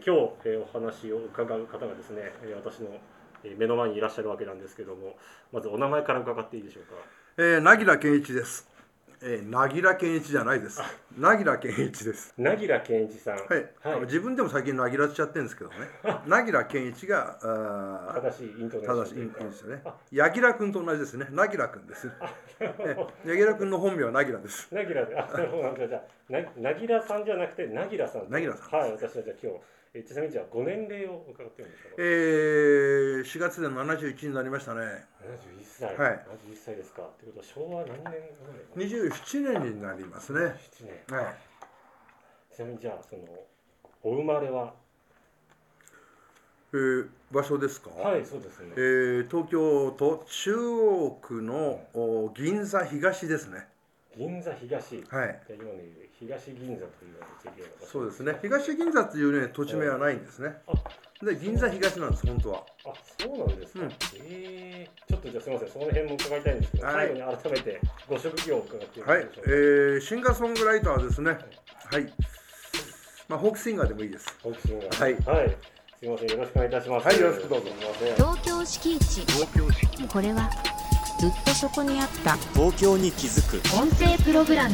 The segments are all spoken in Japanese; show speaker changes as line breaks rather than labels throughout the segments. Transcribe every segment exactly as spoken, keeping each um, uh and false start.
今日、えー、お話を伺う方がですね、えー、私の目の前にいらっしゃるわけなんですけども、まずお名前から伺っていいでしょうか。
えー、凪良健一です。えー、凪良健一じゃないです。凪良健一です。
凪良健一さん。
はい。はい、あの自分でも最近凪良っちゃってるんですけどね。凪良健一が
正しいイントネーション。
正しいイントネーションですよね。柳楽君と同じですね。凪良君です。柳楽君の本名は凪良です。
凪良で、あ、なるほど、なるほど。じゃあ、凪良さんじゃなくて凪良さん。
凪良さん。
はい、私はじゃあ今日。えちなみにじゃあご年齢を伺ってるんですか。
えー、しがつでななじゅういちになりましたね。
ななじゅういっさい。
はい。
ななじゅういっさいですか。ということは昭和何年生まれ？
にじゅうななねんになりますね。
にじゅうななねん。はい。ちなみにじゃあそのお生まれは？
えー、場所ですか。
はい、そうですね。
えー、東京都中央区の、うん、銀座東ですね。
銀座東。
はい。
今の言う東銀座という地域の。
そうですね。東銀座というね土地名はないんですね。で銀座東なんです本当は。
あ、そうなんですか。うん、えー、ちょっとじゃあすみません、その辺も伺いたいんですけど、はい、最後に改めてご職業を伺っていいでしょうか。はい。
えー、シンガーソングライターですね。はい。はい、まあフォークシンガーでもいいです。
フォークシンガー。
はい。
はい。すみません、よろしくお願いいたします。
はい、よろしくどうぞ。
東京敷地。東京敷地。これはずっとそこにあった
東京に気づく
音声プログラム。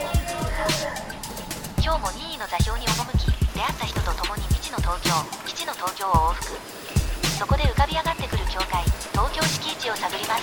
今日も任意の座標に赴き、出会った人と共に未知の東京、基地の東京を往復。そこで浮かび上がってくる境界、東京敷地を探ります。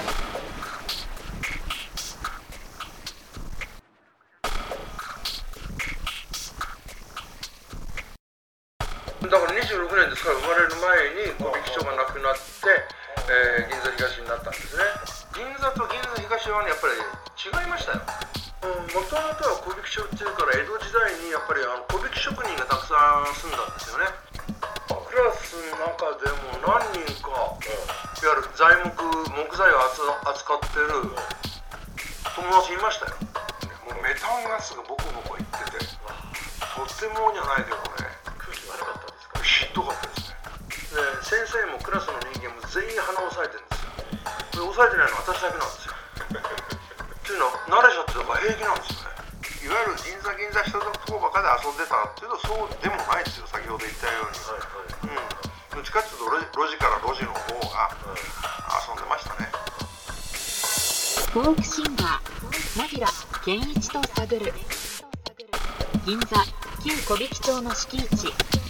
だからにじゅうろくねんですから、生まれる前に小引町がなくなって、えー、銀座東になったんですね。銀座と銀座東はね、やっぱり違いましたよ。もともとは小引町っていうから江戸時代にやっぱりあの小引職人がたくさん住んだんですよね。クラスの中でも何人か、いわゆる材木木材を扱ってる友達いましたよ。もうメタンガスがボコボコいってて、とてもじゃないけどね、
空気悪かったですか。
ひどかったですね。で先生もクラスの人間も全員鼻を押さえてるんですよ。で押さえてないのは私だけなんですよ。っていうのは慣れちゃってたから平気なんですよね。いわゆる銀座銀座したとこばかで遊んでたっていうとそうでもないですよ。先ほど言ったように、はいはい、うん、どっちかっていうと路地から路地の方が遊んでましたね。
フォークシンガー凪良健一と探る銀座旧小引町の敷地。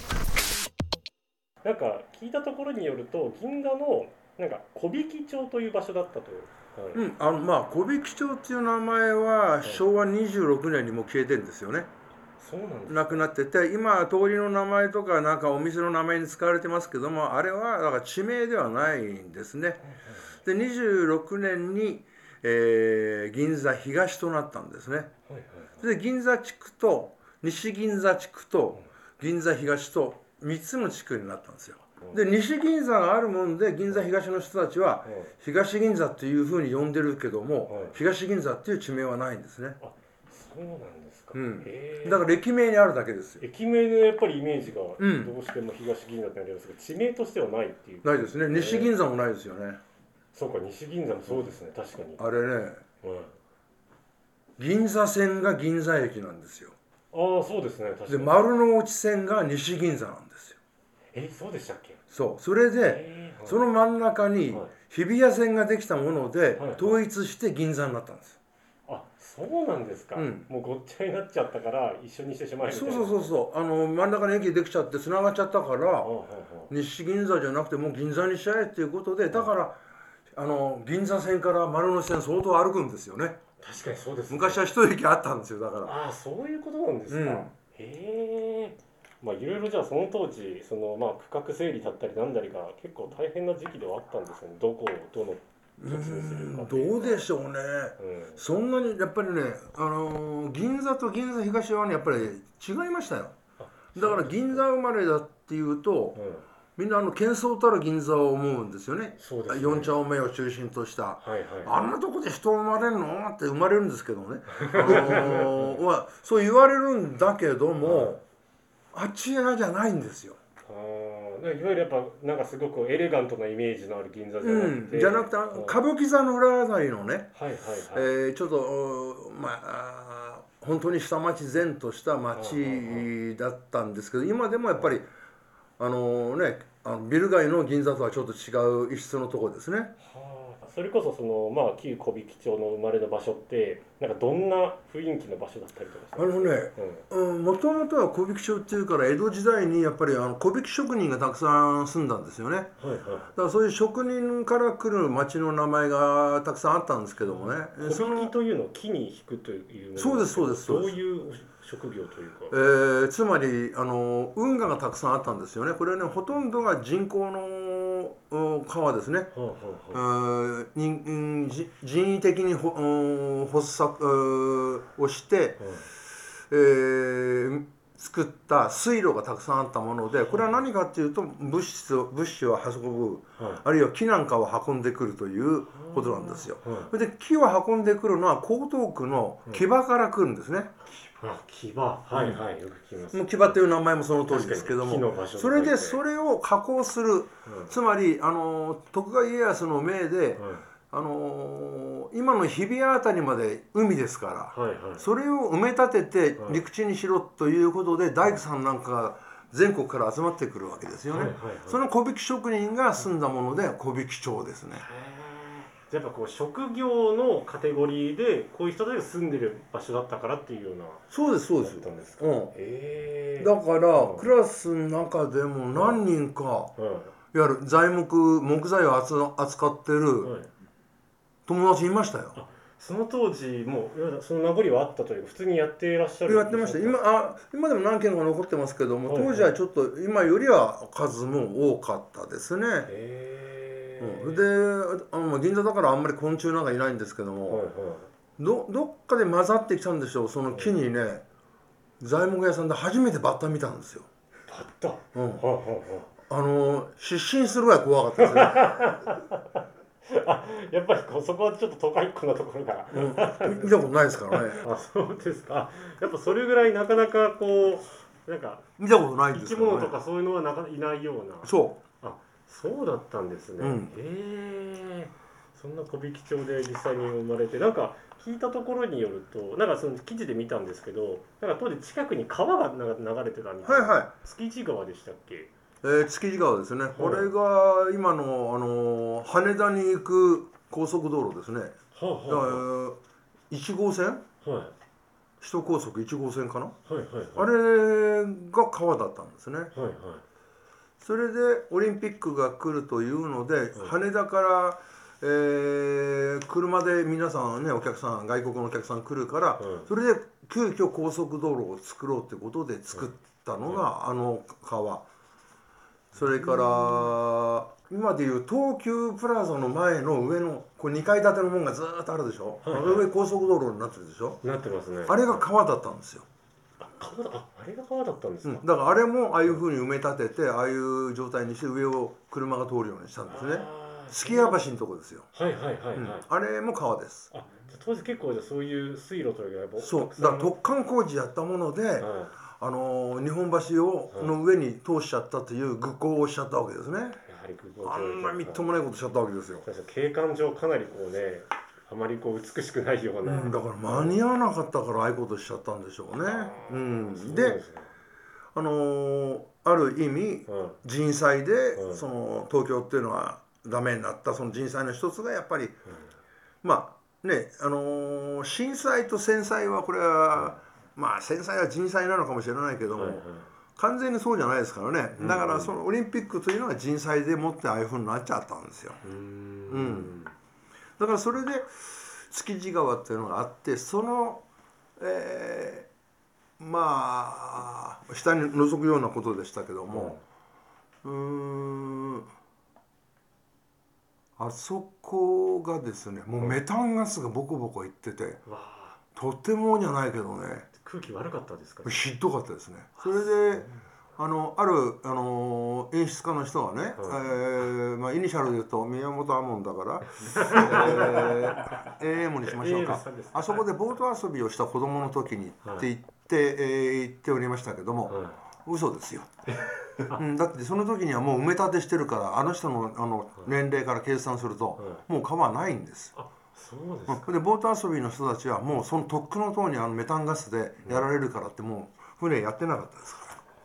なんか聞いたところによると銀座のなんか小引町という場所だったと。はい、うん、
あのまあ小引町っていう名前はしょうわにじゅうろくねんにも消えてるんですよね。
そうなんですか。
なくなってて、今通りの名前とかなんかお店の名前に使われてますけども、あれはだから地名ではないんですね。でにじゅうろくねんに、えー、銀座東となったんですね。はいはいはい、で銀座地区と西銀座地区と銀座東とみっつの地区になったんですよ。で西銀座があるもんで銀座東の人たちは東銀座っていうふうに呼んでるけども、東銀座っていう地名はないんですね。
あ、そうなんですか。
うん、だから駅名にあるだけですよ。
駅名のやっぱりイメージがどうしても東銀座ってなりますけど、地名としてはないっていう。
ないですね。西銀座もないですよね。
そうか、西銀座もそうですね、確かに。
あれね、うん、銀座線が銀座駅なんですよ。
ああ、そうですね、確かに。
で丸の内線が西銀座なんですよ。
え、そうでしたっけ。
そう、それで、はい、その真ん中に日比谷線ができたもので、はい、統一して銀座になったんです。
あ、そうなんですか。うん、もうごっちゃになっちゃったから一緒にしてしまえみたいな。
そうそうそうそう、あの真ん中に駅できちゃってつながっちゃったから、西銀座じゃなくてもう銀座にしちゃえっていうことで、だからあの銀座線から丸の内線相当歩くんですよね。
確かにそうですね。
昔は一駅あったんですよ。だから
ああ、そういうことなんですか。うん、へえ。まあいろいろじゃあその当時そのまあ区画整理だったりなんだりが結構大変な時期ではあったんですよね。どこをどの土地にするか。
どうでしょうね。うん、そんなにやっぱりね、あのー、銀座と銀座東はねやっぱり違いましたよ。だから銀座生まれだっていうと、うん、みんなあの喧騒たる銀座を思うんですよね。そうですね。よん丁目を中心とした、はいはい、あんなとこで人生まれるのって生まれるんですけどね。あのーまあ、そう言われるんだけども、はい、あっちらじゃないんですよ。
あ、いわゆるやっぱなんかすごくエレガントなイメージのある銀座じゃなくて、うん、
じゃなくて歌舞伎座の裏あたりのね、
はいはいはい、え
ー、ちょっとまあ本当に下町前とした町だったんですけど、今でもやっぱりあのねあのビル街の銀座とはちょっと違う一室のところですね。
はあ、それこそその、まあ、旧小引町の生まれの場所ってなんかどんな雰囲気の場所だったりとかした
あ
んですか？
のねもともとは小引町っていうから江戸時代にやっぱりあの小引職人がたくさん住んだんですよね。
うん、はいはい。
だからそういう職人から来る町の名前がたくさんあったんですけどもね。
小引きというのを木に引くというもの
そうですそうですそうです。
どういう職業というか、
えー、つまりあの運河がたくさんあったんですよね。これはねほとんどが人工のうん川ですね。
はあはあはあ、
うん人うんじ人為的にほうん掘削うんをして、
はい、
えー作った水路がたくさんあったもので、これは何かっていうと物質を物資を運ぶ、
はい、
あるいは木なんかを運んでくるということなんですよ。
はい、
それで木を運んでくるのは江東区の木場から来るんですね。
あ、木場、はいはい、よく聞きます。
もう木場という名前もその通りですけども、それでそれを加工する、つまりあの徳川家康の命で、あのー、今の日比谷あたりまで海ですから、はいはい、それを埋め立てて陸地にしろということで、大工さんなんかが全国から集まってくるわけですよね。はいはいはい、その小引職人が住んだもので小引町ですね。
やっぱこう職業のカテゴリーでこういう人たちが住んでる場所だったからっていうような。
そうですそうです。
だったんですか。
うん、
へ
だから、うん、クラスの中でも何人か、うん、いわゆる材木木材を扱ってる、はい、友達いましたよ。
その当時もうその名残はあったというか普通にやっていらっしゃる。
やってました。今あ今でも何件か残ってますけども、はいはい、当時はちょっと今よりは数も多かったですね。へー、うん、であの銀座だからあんまり昆虫なんかいないんですけども、はいはい、ど, どっかで混ざってきたんでしょう。その木にね、はい、材木屋さんで初めてバッタ見たんですよ。
バッタ、うん、はあは
あ、あの失神するぐらい怖かったですね。
あ、やっぱりこうそこはちょっと都会っ子のところが、
うん、見たことないですからね。
あ、そうですか。やっぱそれぐらいなかなかこうなんか
見たことないんです
から、ね、生き物とかそういうのはなかいないような。
そう。
あ、そうだったんですね。うん、へえ。そんな小引町で実際に生まれて、なんか聞いたところによると、なんかその記事で見たんですけど、なんか当時近くに川が流れてたみたいな。はいはい。築地川でしたっけ？
えー、築地川ですね。これが今の、あのー、羽田に行く高速道路ですね。はあはあ、いち号線、はい、首都高速いち号線かな、はいはいはい、あれが川だったんですね。はいはい、それでオリンピックが来るというので、はい、羽田から、えー、車で皆さんねお客さん外国のお客さん来るから、はい、それで急遽高速道路を作ろうということで作ったのが、はい、あの川。それから今でいう東急プラザの前の上のこうにかい建てのものがずーっとあるでしょ、はいはい、あの上高速道路になってるでしょ。
なってますね。
あれが川だったんですよ。
あ、川だ、あ、あれが川だったんですか。
うん、だからあれもああいうふうに埋め立ててああいう状態にして上を車が通るようにしたんですね。すき家橋のとこですよ。
はいはいはいはい、うん、
あれも川です。
あ、当時結構じゃそういう水路というか
そうだから突貫工事やったもので、はい、あのー、日本橋をの上に通しちゃったという愚行をしちゃったわけですね。やはり愚行、あんなみっともないことしちゃったわけですよ。
景観上かなりこうね、あまりこう美しくないような、
うん、だから間に合わなかったからああいうことしちゃったんでしょうね。うん、で、であのー、ある意味、うん、人災で、うん、その東京っていうのはダメになったその人災の一つがやっぱり、うん、まあね、あのー、震災と戦災はこれは、うん、まあ戦災は人災なのかもしれないけども、はいはい、完全にそうじゃないですからね。だからそのオリンピックというのは人災でもってああいうふうになっちゃったんですよ。うん、うん、だからそれで築地川っていうのがあって、その、えー、まあ下に覗くようなことでしたけども、うん、うーんあそこがですね、もうメタンガスがボコボコいってて、とてもじゃないけどね、
空気悪かったですかね。
ひどかったですね。それであのあるあの演出家の人がね、はい、えーまあ、イニシャルで言うと宮本亞門だから、えー、エーエム にしましょうか。あそこでボート遊びをした子供の時にって言って、はい、えー、言っておりましたけども、はい、嘘ですよ。うん、だってその時にはもう埋め立てしてるから、あの人の、あの年齢から計算すると、はい、もう川ないんです。あ、
そうですか。
でボート遊びの人たちはもうそのとっくのとおりにあのメタンガスでやられるからってもう船やってなかったですから。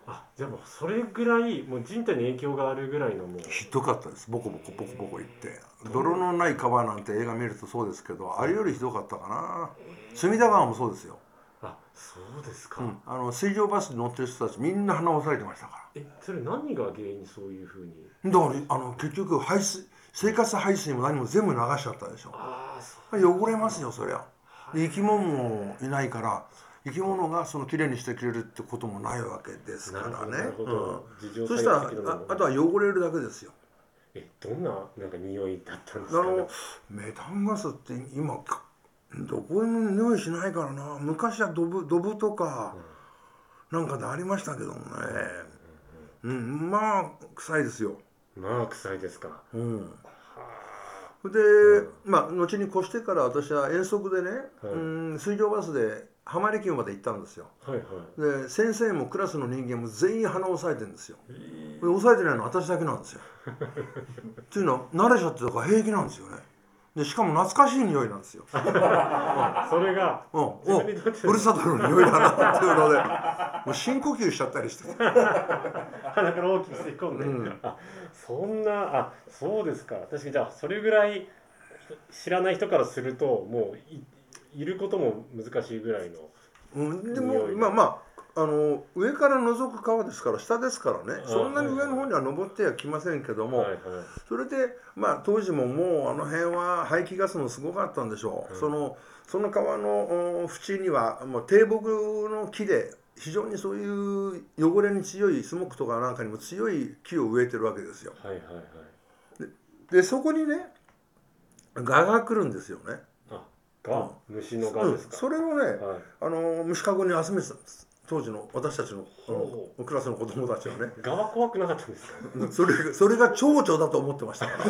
あ、じゃあもうそれぐらいもう人体に影響があるぐらいのもう
ひどかったです。ボコボコボコボコいって泥のない川なんて映画見るとそうですけど、あれよりひどかったかな。隅田川もそうですよ。
あ、そうですか、
うん、あの水上バスに乗ってる人たちみんな鼻を押さえてましたから。
え、それ何が原因にそういうふうに。
だからあの結局排水生活排水も何も全部流しちゃったでしょ。
ああ、そう
汚れますよそりゃ。で生き物もいないから生き物がそのきれいにしてくれるってこともないわけですからね。そしたら あ, あとは汚れるだけですよ。
え、どんななんか匂いだったんですか、ね、
あのメタンガスって今どこでも匂いしないからな。昔はドブドブとかなんかでありましたけどもね、うん、うん、まあ臭いですよ。
まあ臭いですか。
うん。で、うん、まあ後に越してから私は遠足でね、はい、うん、水上バスで浜離宮まで行ったんですよ。はいはい、で先生もクラスの人間も全員鼻を押さえてるんですよ。で押さえてないのは私だけなんですよ。っていうのは慣れちゃってたから平気なんですよね。でしかも懐かしい匂いなんですよ。それ
が、
うん、おふるさとの匂いだなっていうのでもう深呼吸しちゃったりして
鼻から大きく吸い込んで、うん、あ、そんな、あ、そうですか。確かにじゃあそれぐらい知らない人からするともう い, いることも難しいぐらいの、
うん、でもまあまああの上から覗く川ですから下ですからね、そんなに上の方には登ってはきませんけども、はいはい、それでまあ当時ももうあの辺は排気ガスもすごかったんでしょう、うん、そのその川の縁にはもう低木の木で非常にそういう汚れに強いスモークとかなんかにも強い木を植えてるわけですよ。はいはいはい、で, でそこにね蛾が来るんですよね。
あ、蛾、うん、虫の蛾ですか。
うん、それをね、はい、あの虫かごに集めてたんです。当時の私たち の, のクラスの子供たちはね。
蛾は怖くなかったんですか。
それそれが蝶々だと思ってましたから、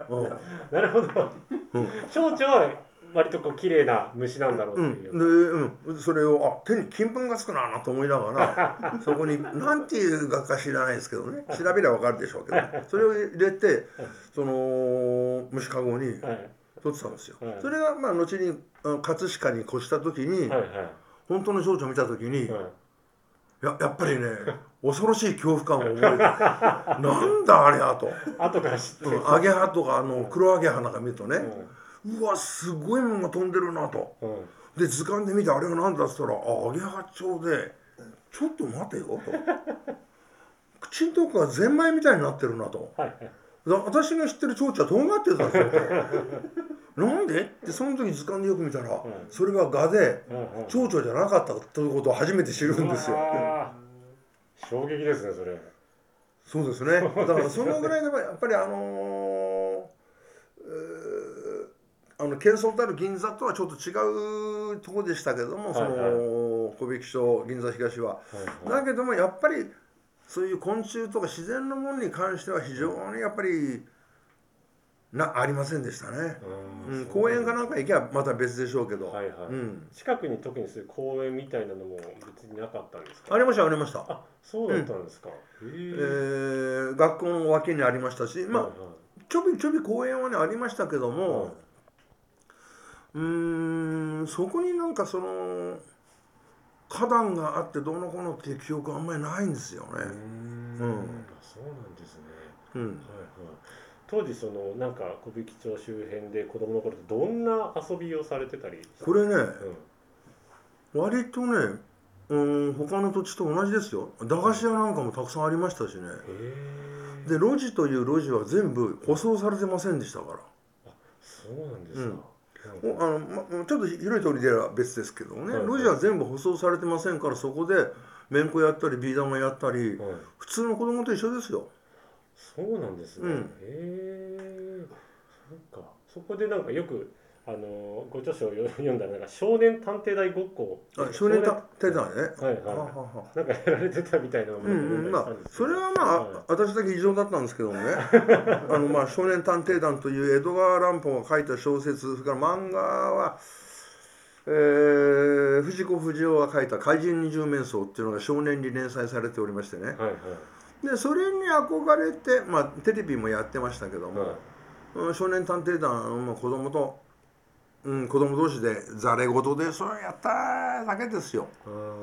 うん、なるほど、うん、蝶々は割とこう綺麗な虫なんだろうっていう、
うんでうん、それをあ手に金粉がつくなと思いながらそこに何ていう蛾か知らないですけどね、調べれば分かるでしょうけどそれを入れてその虫かごに取ってたんですよ、はい、それがまあ後に葛飾に越した時に、はいはい、本当の蝶々を見た時に、はい、や, やっぱりね恐ろしい恐怖感を覚えてなんだあれやと
後から知って、
うん、アゲハとかあの黒アゲハなんか見るとね、うん、うわすごいものが飛んでるなと、うん、で図鑑で見てあれは何だっつったらあアゲハチョウでちょっと待てよと口のとこがゼンマイみたいになってるなと、はい、私が知ってる蝶々はとんがってたんですよとなんでってその時図鑑でよく見たら、うん、それが蛾で、うん、蝶々じゃなかったということを初めて知るんですよ。
衝撃ですねそれ。
そうですね。だからそのぐらいのやっぱりあのーあの喧騒たる銀座とはちょっと違うところでしたけども、はいはい、その小引町銀座東は、はいはい、だけどもやっぱりそういう昆虫とか自然のものに関しては非常にやっぱりなありませんでしたね。うん、公園かなんか行けばまた別でしょうけど、はいはい、うん、
近くに特にそういう公園みたいなのも別になかったんですか。
ありましたありました。
あ、そうだったんですか。
うん、へえー、学校の脇にありましたし、まあ、はいはい、ちょびちょび公園はねありましたけども、はい、うーんそこになんかその花壇があってどうのこうのっていう記憶はあんまりないんですよね。うーん、うん、
そうなんですね。うん、はいはい。当時そのなんか小引町周辺で子供の頃ってどんな遊びをされてたりしたんですか。
これね、うん、割とね、うん、他の土地と同じですよ。駄菓子屋なんかもたくさんありましたしね。へで路地という路地は全部舗装されてませんでしたから。
あ、そうなんですか。
うん、あのま、ちょっと広い通りでは別ですけどね、はいはい、路地は全部舗装されてませんからそこでめんこやったりビー玉やったり、はい、普通の子供と一緒ですよ。
そうなんですね。うん、へえ、そっか。そこでなんかよくあのご著書を読んだらなんか少年探偵団ごっこ。
あ、少年探偵団ね。
はいはい。はははなんかやられてたみたいなのも読んだりしたんですけど。
うんうん、まあそれはまあ、はい、私だけ異常だったんですけどもね。あのまあ少年探偵団という江戸川乱歩が書いた小説、それから漫画は。えー、藤子不二雄が書いた怪人二十面相っていうのが少年に連載されておりましてね。はいはい、でそれに憧れて、まあ、テレビもやってましたけども、はい、少年探偵団の子供と、うん、子供同士でざれ言でそれをやっただけですよ。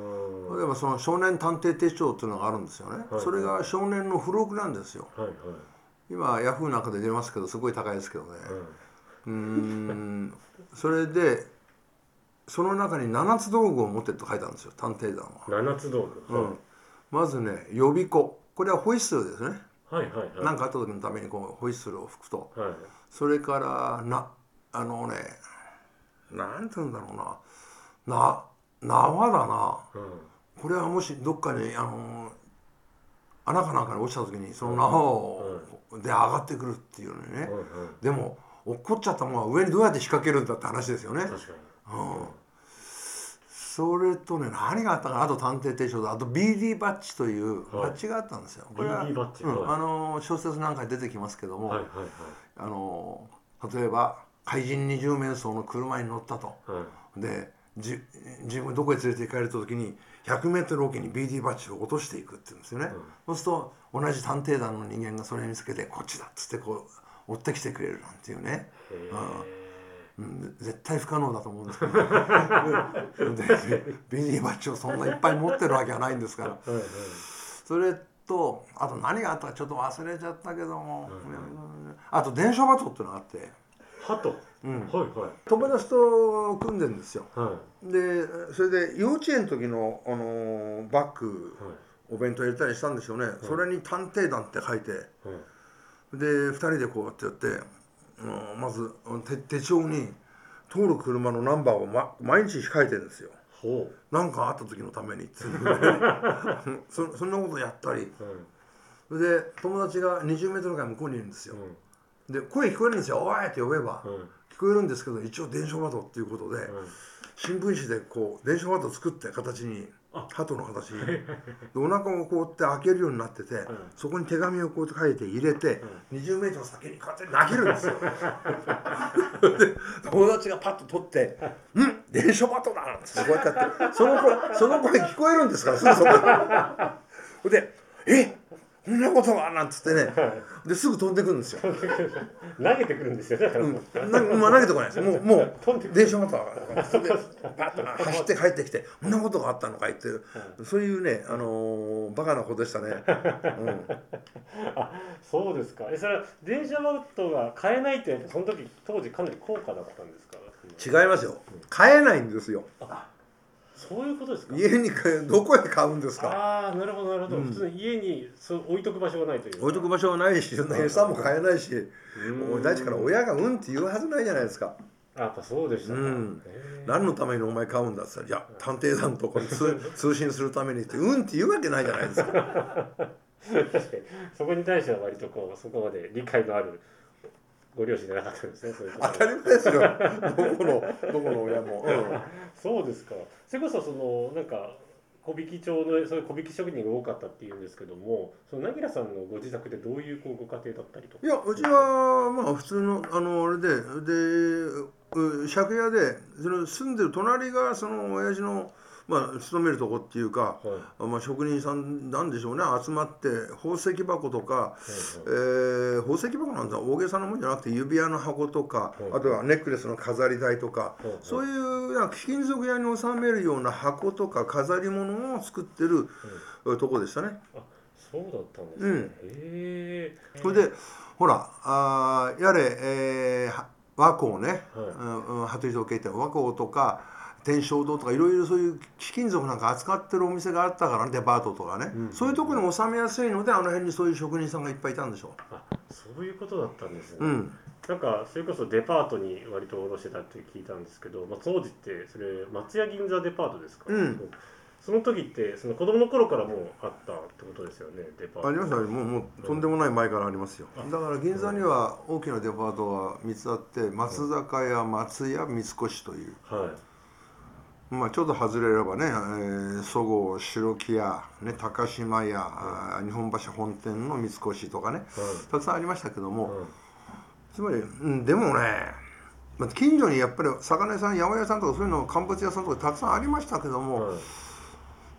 例えばその少年探偵手帳っていうのがあるんですよね、はい、それが少年の付録なんですよ、はいはい、今ヤフーなんかで出ますけどすごい高いですけどね、はい、うーんそれでその中にななつ道具を持ってって書いてあるんですよ、探偵団は。
ななつ道具、はい、うん、
まずね予備庫、これはホイッスルですね、
はいはいはい、
何かあった時のためにこうホイッスルを吹くと、
はい、
それからなあのねなんて言うんだろうなな縄だな、うん、これはもしどっかにあの穴かなんかに落ちた時にその縄を、うん、で上がってくるっていうのにね、うんうん、でも落っこっちゃったものは上にどうやって仕掛けるんだって話ですよね。
確かに、
うん、それとね何があったかな、あと探偵手帳とあと ビーディー バッジというバッジがあったんですよ、はい、これは
ビーディー バッジ、
うん、
はい、
あの小説なんかに出てきますけども、
はいはいはい、
あの例えば怪人二十面相の車に乗ったと、はい、でじ自分どこへ連れて行かれた時にひゃくメートルおきに ビーディー バッジを落としていくって言うんですよね、うん、そうすると同じ探偵団の人間がそれにつけてこっちだっつってこう追ってきてくれるなんていうね、うん、絶対不可能だと思うんですけどで ビーディー バッジをそんないっぱい持ってるわけはないんですから、はいはい、それとあと何があったかちょっと忘れちゃったけども、はいはい、あと電書バトっていうのがあって、
鳩、うん、はいはい、
友達と組んでるんですよ、はい、でそれで幼稚園の時の、あのー、バッグ、はい、お弁当入れたりしたんでしょうね、はい、それに探偵団って書いて、はい、でふたりでこうやってやって、うん、まず 手, 手帳に通る車のナンバーを、ま、毎日書いてるんですよ。何かあった時のためにってそ, そんなことやったり、うん、で友達がにじゅうメートルぐらい向こうにいるんですよ、うん、で声聞こえるんですよ、おいって呼べば、うん、聞こえるんですけど一応伝書バトっていうことで、うん、新聞紙でこう伝書バト作って形に鳩の形にでお腹をこうやって開けるようになってて、うん、そこに手紙をこうやって書いて入れて、うん、にじゅうメートル先にこうやって投げるんですよで友達がパッと取って「うん伝書バトだ!」なんてこうやってやってその声その声聞こえるんですからすぐそこで「えっこんなことは!」なんつってねですぐ飛んでくるんですよ
投げてくるんですよだから、うん、
なまあ、投げてこないですもうもう電車バトだそれでパッと走って帰ってきて「こんなことがあったのかい」っていう、うん、そういうね、あのー、バカな子でしたね、うん、
あそうですか。えそれは電車バトが買えないってその時当時かなり高価だったんですか。
違いますよ、買えないんですよ。
あそういうことですか。
家にどこへ買うんですか。
ああなるほどなるほど、うん、普通に家にそう置いとく場所がないという
置いとく場所がないし餌も買えないし第一から親がうんって言うはずないじゃないですか。
あやっぱそうでしたか、うん、
何のためにお前買うんだって言ったら「いや探偵団とこに通信するために」ってうんって言うわけないじゃないですか確か
にそこに対しては割とこうそこまで理解のあるご両親じゃなかったんですね。そういう
当たり前ですよどこのどこの親も、うん、
そうですか。それこそそのなんか小引町のそういう小引職人が多かったっていうんですけども、その凪良さんのご自宅でどういうこうご家庭だったりとか。
いやうちはまあ普通のあのあれでで借家でその住んでる隣がその親父のまあ勤めるとこっていうか、はいまあ、職人さんなんでしょうね集まって宝石箱とか、はいはいえー、宝石箱なんだ大げさなもんじゃなくて指輪の箱とか、はいはい、あとはネックレスの飾り台とか、はいはい、そういうなんか貴金属屋に収めるような箱とか飾り物を作ってる、はい、とこでしたね。
あそうだったんですね、うん、へ
えそれでほらあやれ、えー、和光ね、はいうん、鳩井時計って和光とか天正堂とかいろいろそういう貴金属なんか扱ってるお店があったから、ね、デパートとかね、うん、そういうところに収めやすいのであの辺にそういう職人さんがいっぱいいたんでしょう。
あそういうことだったんですね、
うん、
なんかそれこそデパートに割と卸してたって聞いたんですけど、まあ、当時ってそれ松屋銀座デパートですか、
うん、
その時ってその子供の頃からもうあったってことですよねデパート。
ありますありますもう、もうとんでもない前からありますよ。だから銀座には大きなデパートがみっつあって松坂屋松屋三越という、
はい
まあ、ちょっと外れればね、えー、そごう白木屋、ね、高島屋、はい、日本橋本店の三越とかね、はい、たくさんありましたけども、はい、つまり、うん、でもね、まあ、近所にやっぱり魚屋さん八百屋さんとかそういうの乾物屋さんとかたくさんありましたけども、はい、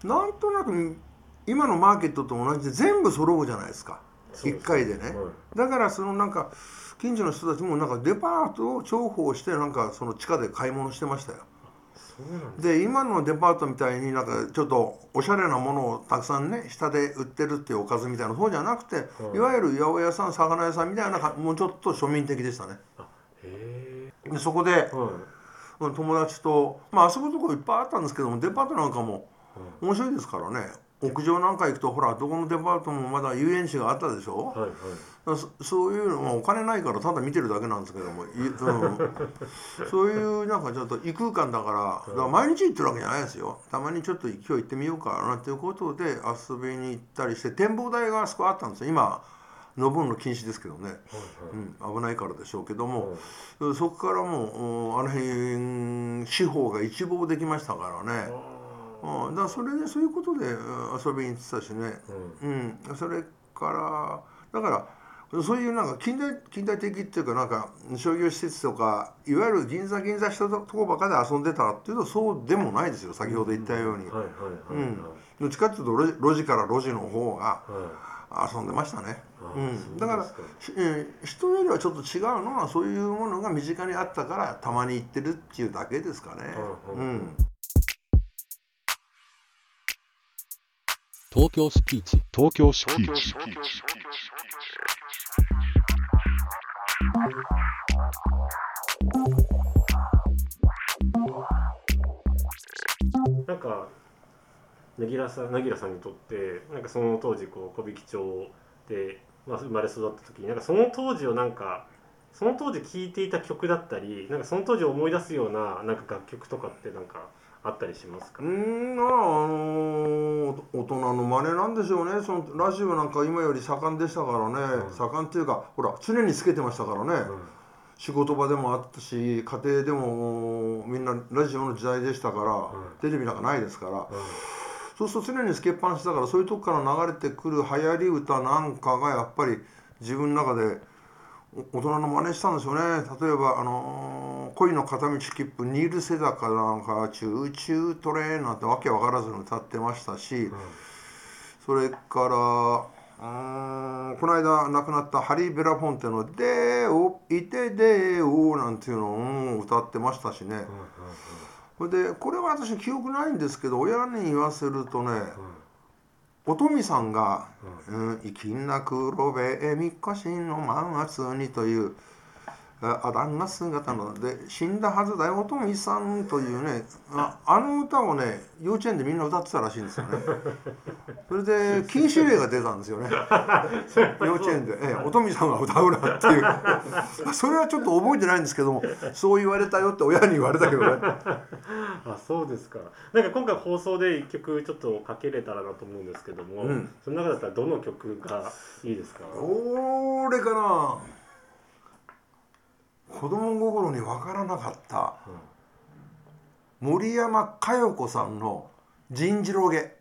なんとなく今のマーケットと同じで全部揃うじゃないですかいっかいでね、はい、だからそのなんか近所の人たちもなんかデパートを重宝してなんかその地下で買い物してましたよ。
そうなんです
で今のデパートみたいになんかちょっとおしゃれなものをたくさんね下で売ってるっていうおかずみたいなそうじゃなくて、うん、いわゆる八百屋さん魚屋さんみたいなもうちょっと庶民的でしたね。あへでそこで、うん、友達とまあ遊ぶとこいっぱいあったんですけどもデパートなんかも面白いですからね。屋上なんか行くとほらどこのデパートもまだ遊園地があったでしょ、はいはい、そ, そういうのもお金ないからただ見てるだけなんですけども、うん、そういうなんかちょっと異空間だから、だから毎日行ってるわけじゃないですよ。たまにちょっと今日行ってみようかなっていうことで遊びに行ったりして展望台があそこあったんですよ。今登るの禁止ですけどね、はいはいうん、危ないからでしょうけども、はい、そこからもうあの辺四方が一望できましたからね。ああだからそれでそういうことで遊びに行ってたしね、うんうん、それからだからそういうなんか近代近代的っていうかなんか商業施設とかいわゆる銀座銀座したとこばかで遊んでたっていうとそうでもないですよ。先ほど言ったようにどっちかっていうと路地、路地から路地の方が遊んでましたね、うん、だから、えー、人よりはちょっと違うのはそういうものが身近にあったからたまに行ってるっていうだけですかね、うんうん
東京スピーチ東京スピーチ
なんかなぎらさん、なぎらさんにとってなんかその当時こう小引町で、まあ、生まれ育った時になんかその当時をなんかその当時聴いていた曲だったりなんかその当時を思い出すようななんか楽曲とかってなんかあったりしますか？
うーんあのー、大人の真似なんでしょうね。そのラジオなんか今より盛んでしたからね、うん、盛んっていうかほら常につけてましたからね、うん、仕事場でもあったし家庭でもみんなラジオの時代でしたから、うん、テレビなんかないですから、うん、そうすると常につけっぱなしだからそういうとこから流れてくる流行り歌なんかがやっぱり自分の中で大人の真似したんですよね。例えば、あのー、恋の片道切符ニール・セダかなんかチューチュートレーなんてわけわからずに歌ってましたし、うん、それからうーんこの間亡くなったハリー・ベラフォンテの「でおいてでお」なんていうのを歌ってましたしね、うんうんうん、それでこれは私記憶ないんですけど親に言わせるとね、うんおとみさんが「いきな黒部へみこしの真夏に」というあだんな姿ので死んだはずだよおとみさんというね あ, あの歌をね幼稚園でみんな歌ってたらしいんですよね。それで禁止令が出たんですよね幼稚園で、ええ、おとみさんが歌うなっていうそれはちょっと覚えてないんですけどもそう言われたよって親に言われたけどね
あそうですか。なんか今回放送でいっきょくちょっとかけれたらなと思うんですけども、うん、その中だったらどの曲がいいですか？
俺かな子供心に分からなかった、うん、森山佳代子さんの「人次郎毛」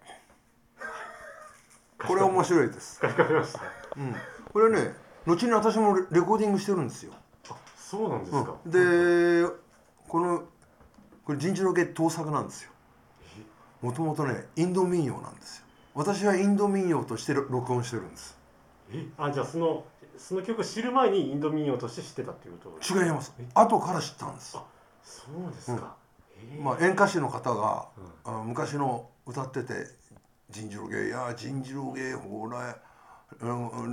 これ面白いです。
かかりました、
うん、これね後に私もレコーディングしてるんですよ。
あそうなんですか、
うん、でこのこれ人次郎毛盗作なんですよ。もともとねインド民謡なんですよ。私はインド民謡として録音してるんです。
えあじゃあそのその曲を知る前にインド民謡として知ってたっていうことです
か？違います。後から知ったんです。
あそうですか、
うんまあ、演歌手の方が、うん、あ昔の歌ってて「人次郎芸や人次郎芸ほら」うん、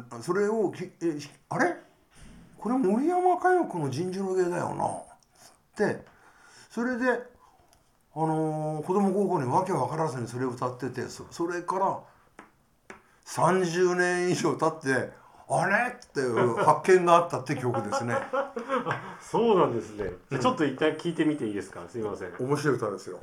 それをきえあれこれ森山佳代子の人次郎芸だよなってそれで、あのー、子供高校にわけわからずにそれを歌ってて そ, それからさんじゅうねん以上経ってあれっていう発見があったって曲ですね
そうなんですね、うん、ちょっと一旦聞いてみていいですか？すいません。
面白い歌ですよ。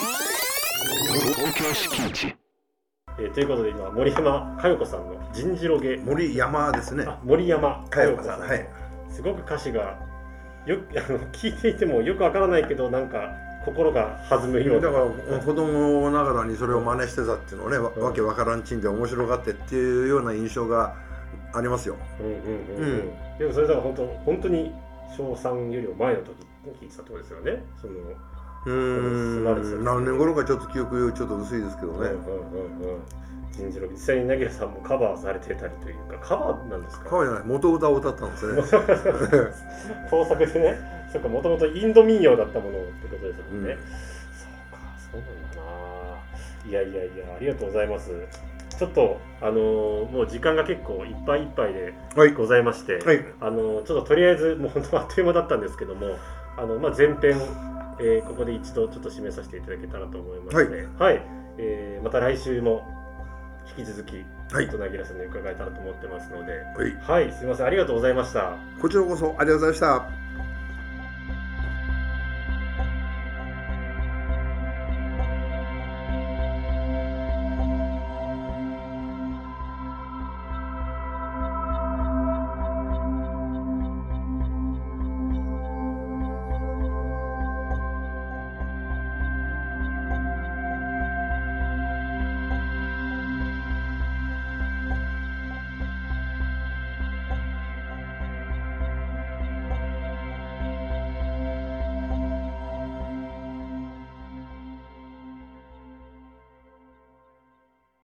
えー、ということで今森山佳代子さんの人次郎芸
森山ですね。
森山佳代子さん、
はい、
すごく歌詞がよあの聞いていてもよくわからないけどなんか心が弾むような。
だから子供ながらにそれを真似してたっていうのをね、うん、わけわからんちんで面白がってっていうような印象がありますよ。うんうんうん
うん。でもそれだから本当本当に小さんよりも前の時に聞いてたところですよね。その
うーん何年頃かちょっと記憶ちょっと薄いですけどね。うんうんうんうん。
人次郎実際に凪良さんもカバーされてたりというかカバーなんですか？
カバーじゃない元歌を歌ったんですね。
盗作でね。そっかもともとインド民謡だったものってことですもんね。
うん、
そうなんだな。いやいやいや、ありがとうございます。ちょっとあのー、もう時間が結構いっぱいいっぱいでございまして、はいはい、あのー、ちょっととりあえずもう本当あっという間だったんですけども、あのまあ、前編、えー、ここで一度ちょっと締めさせていただけたらと思いますので、はいはい、えー、また来週も引き続きとなぎらさんに伺えたらと思ってますので、はい、はい、すみません、ありがとうございました。
こちらこそありがとうございました。